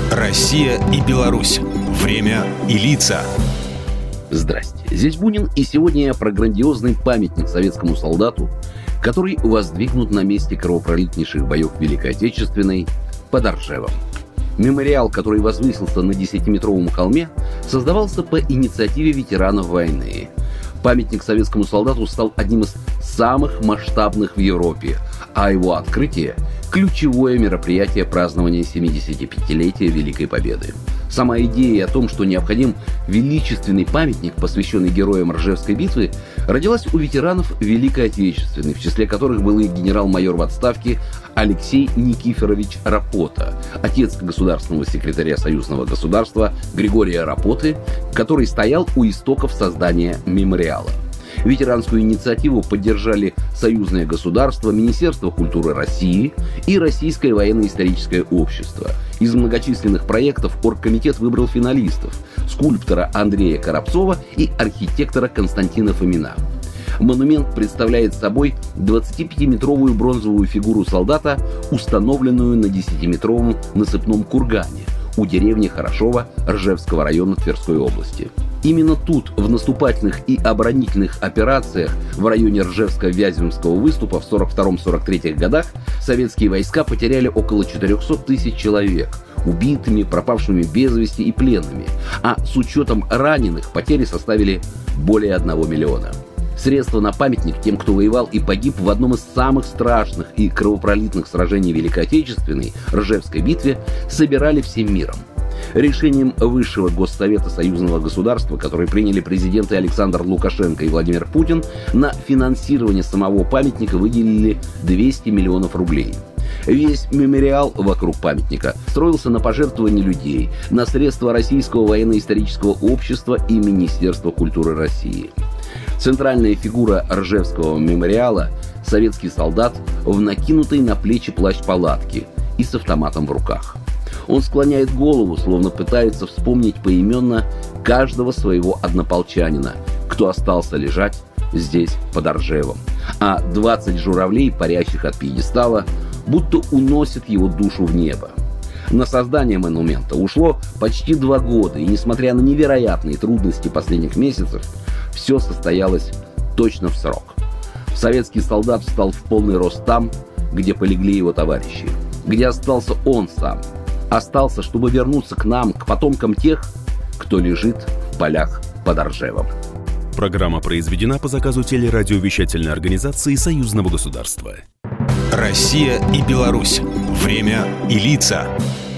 Россия и Беларусь. Время и лица. Здрасте, здесь Бунин, и сегодня я про грандиозный памятник советскому солдату, который воздвигнут на месте кровопролитнейших боев Великой Отечественной под Ржевом. Мемориал, который возвысился на 10-метровом холме, создавался по инициативе ветеранов войны. Памятник советскому солдату стал одним из самых масштабных в Европе, а его открытие – ключевое мероприятие празднования 75-летия Великой Победы. Сама идея о том, что необходим величественный памятник, посвященный героям Ржевской битвы, родилась у ветеранов Великой Отечественной, в числе которых был и генерал-майор в отставке Алексей Никифорович Рапота, отец государственного секретаря Союзного государства Григория Рапоты, который стоял у истоков создания мемориала. Ветеранскую инициативу поддержали Союзное государство, Министерство культуры России и Российское военно-историческое общество. Из многочисленных проектов оргкомитет выбрал финалистов – скульптора Андрея Коробцова и архитектора Константина Фомина. Монумент представляет собой 25-метровую бронзовую фигуру солдата, установленную на 10-метровом насыпном кургане у деревни Хорошово Ржевского района Тверской области. Именно тут, в наступательных и оборонительных операциях в районе Ржевско-Вяземского выступа в 1942-1943 годах советские войска потеряли около 400 тысяч человек убитыми, пропавшими без вести и пленными, а с учетом раненых потери составили более 1 миллиона. Средства на памятник тем, кто воевал и погиб в одном из самых страшных и кровопролитных сражений Великой Отечественной, Ржевской битве, собирали всем миром. Решением Высшего Госсовета Союзного государства, который приняли президенты Александр Лукашенко и Владимир Путин, на финансирование самого памятника выделили 200 миллионов рублей. Весь мемориал вокруг памятника строился на пожертвования людей, на средства Российского военно-исторического общества и Министерства культуры России. Центральная фигура Ржевского мемориала – советский солдат в накинутой на плечи плащ-палатке и с автоматом в руках. Он склоняет голову, словно пытается вспомнить поименно каждого своего однополчанина, кто остался лежать здесь под Ржевом. А 20 журавлей, парящих от пьедестала, будто уносят его душу в небо. На создание монумента ушло почти 2 года, и несмотря на невероятные трудности последних месяцев, все состоялось точно в срок. Советский солдат встал в полный рост там, где полегли его товарищи, где остался он сам. Остался, чтобы вернуться к нам, к потомкам тех, кто лежит в полях под Ржевом. Программа произведена по заказу телерадиовещательной организации Союзного государства. Россия и Беларусь. Время и лица.